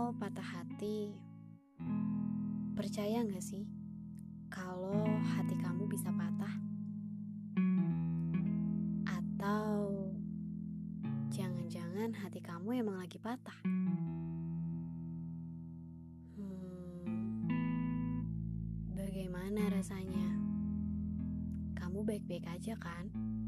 Kalau patah hati, percaya gak sih kalau hati kamu bisa patah? Atau jangan-jangan hati kamu emang lagi patah? Bagaimana rasanya? Kamu baik-baik aja kan?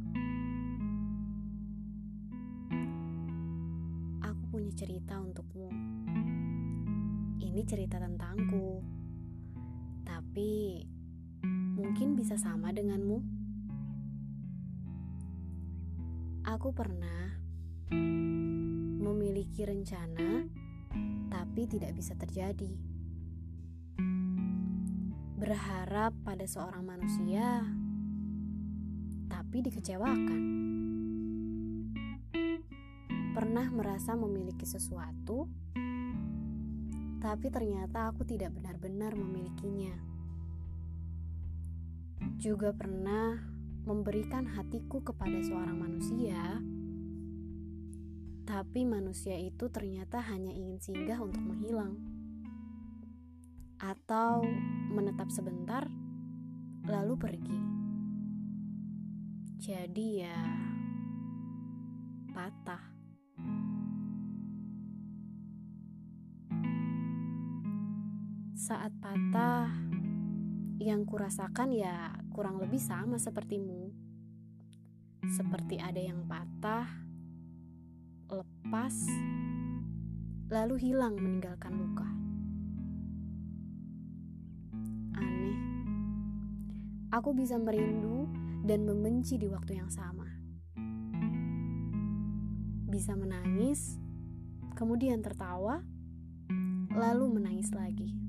Aku punya cerita untukmu. Ini cerita tentangku, tapi mungkin bisa sama denganmu. Aku pernah memiliki rencana, tapi tidak bisa terjadi. Berharap pada seorang manusia, tapi dikecewakan. Pernah merasa memiliki sesuatu, tapi ternyata aku tidak benar-benar memilikinya. Juga pernah memberikan hatiku kepada seorang manusia, tapi manusia itu ternyata hanya ingin singgah untuk menghilang, atau menetap sebentar, lalu pergi. Jadi ya, patah. Saat patah, yang kurasakan ya kurang lebih sama sepertimu. Seperti ada yang patah, lepas, lalu hilang meninggalkan luka. Aneh, aku bisa merindu dan membenci di waktu yang sama. Bisa menangis, kemudian tertawa, lalu menangis lagi.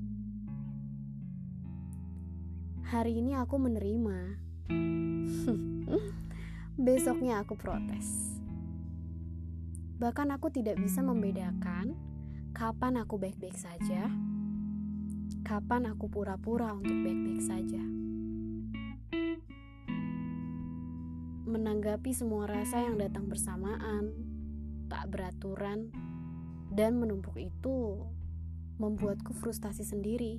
Hari ini aku menerima. Besoknya aku protes. Bahkan aku tidak bisa membedakan kapan aku baik-baik saja, kapan aku pura-pura untuk baik-baik saja. Menanggapi semua rasa yang datang bersamaan, tak beraturan, dan menumpuk itu membuatku frustasi sendiri.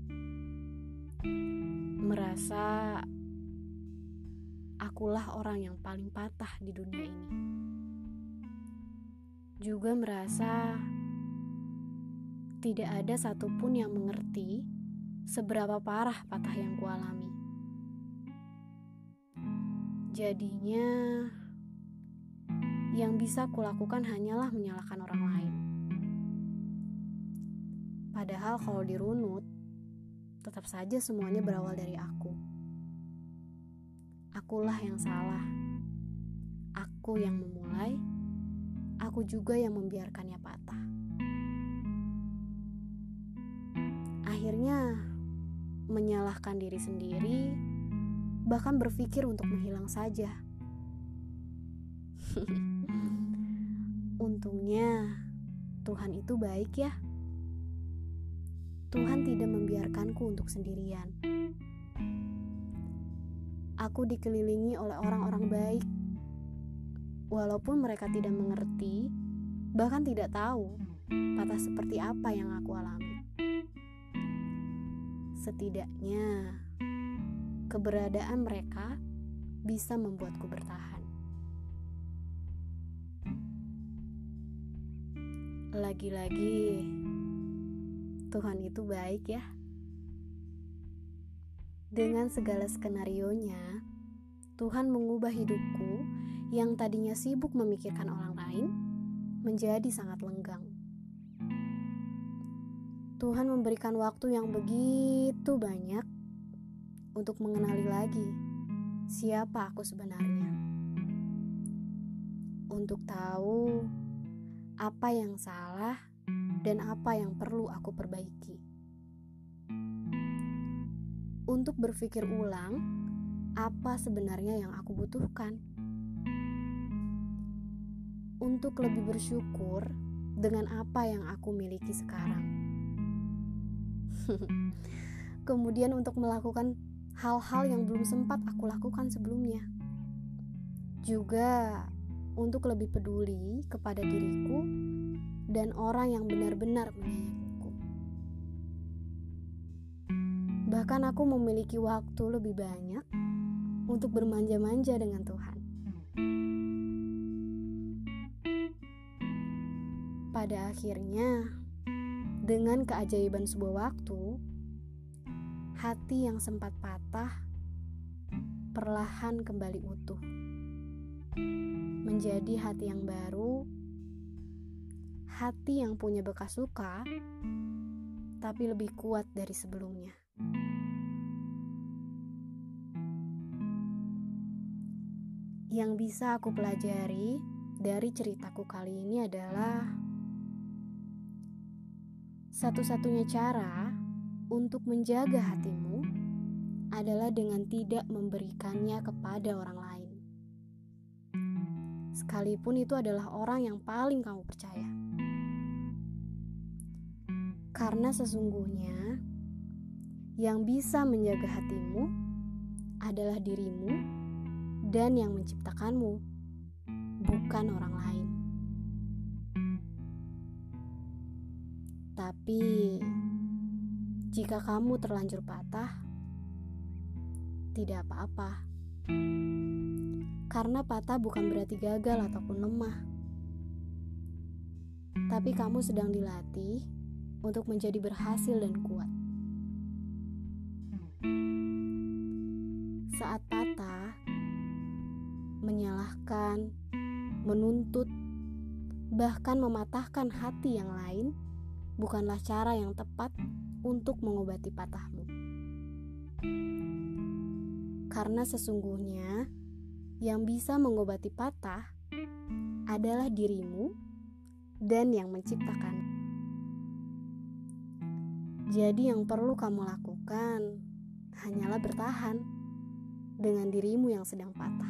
Merasa akulah orang yang paling patah di dunia ini. Juga merasa tidak ada satupun yang mengerti seberapa parah patah yang kualami. Jadinya, yang bisa kulakukan hanyalah menyalahkan orang lain. Padahal kalau dirunut, tetap saja semuanya berawal dari aku. Akulah yang salah. Aku yang memulai, aku juga yang membiarkannya patah. Akhirnya, menyalahkan diri sendiri, bahkan berpikir untuk menghilang saja. Untungnya, Tuhan itu baik ya. Tuhan tidak membiarkanku untuk sendirian. Aku dikelilingi oleh orang-orang baik. Walaupun mereka tidak mengerti, bahkan tidak tahu patah seperti apa yang aku alami. Setidaknya, keberadaan mereka bisa membuatku bertahan. Lagi-lagi, Tuhan itu baik ya. Dengan segala skenarionya, Tuhan mengubah hidupku yang tadinya sibuk memikirkan orang lain menjadi sangat lenggang. Tuhan memberikan waktu yang begitu banyak untuk mengenali lagi siapa aku sebenarnya. Untuk tahu apa yang salah dan apa yang perlu aku perbaiki. Untuk berpikir ulang apa sebenarnya yang aku butuhkan. Untuk lebih bersyukur dengan apa yang aku miliki sekarang. Kemudian untuk melakukan hal-hal yang belum sempat aku lakukan sebelumnya. Juga untuk lebih peduli kepada diriku dan orang yang benar-benar menyayangiku. Bahkan aku memiliki waktu lebih banyak untuk bermanja-manja dengan Tuhan. Pada akhirnya, dengan keajaiban sebuah waktu, hati yang sempat patah perlahan kembali utuh, menjadi hati yang baru, hati yang punya bekas luka, tapi lebih kuat dari sebelumnya. Yang bisa aku pelajari dari ceritaku kali ini adalah satu-satunya cara untuk menjaga hatimu adalah dengan tidak memberikannya kepada orang lain. Sekalipun itu adalah orang yang paling kamu percaya. Karena sesungguhnya yang bisa menjaga hatimu adalah dirimu dan yang menciptakanmu, bukan orang lain. Tapi jika kamu terlanjur patah, tidak apa-apa. Karena patah bukan berarti gagal ataupun lemah. Tapi kamu sedang dilatih untuk menjadi berhasil dan kuat. Saat patah, menyalahkan, menuntut, bahkan mematahkan hati yang lain bukanlah cara yang tepat untuk mengobati patahmu. Karena sesungguhnya yang bisa mengobati patah adalah dirimu dan yang menciptakan. Jadi yang perlu kamu lakukan hanyalah bertahan dengan dirimu yang sedang patah.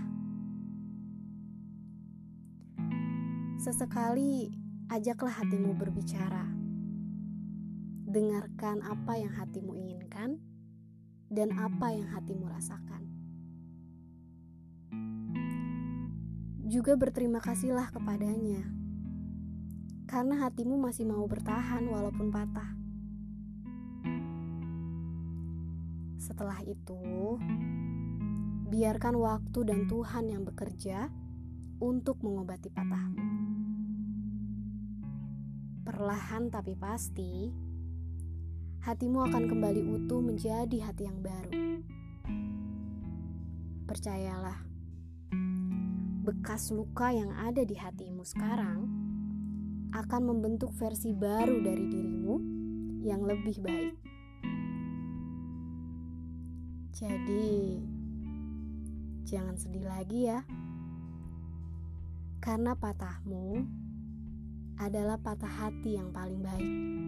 Sesekali ajaklah hatimu berbicara. Dengarkan apa yang hatimu inginkan dan apa yang hatimu rasakan. Juga berterima kasihlah kepadanya, karena hatimu masih mau bertahan walaupun patah. Setelah itu, biarkan waktu dan Tuhan yang bekerja untuk mengobati patahmu. Perlahan tapi pasti, hatimu akan kembali utuh menjadi hati yang baru. Percayalah, bekas luka yang ada di hatimu sekarang akan membentuk versi baru dari dirimu yang lebih baik. Jadi, jangan sedih lagi ya. Karena patahmu adalah patah hati yang paling baik.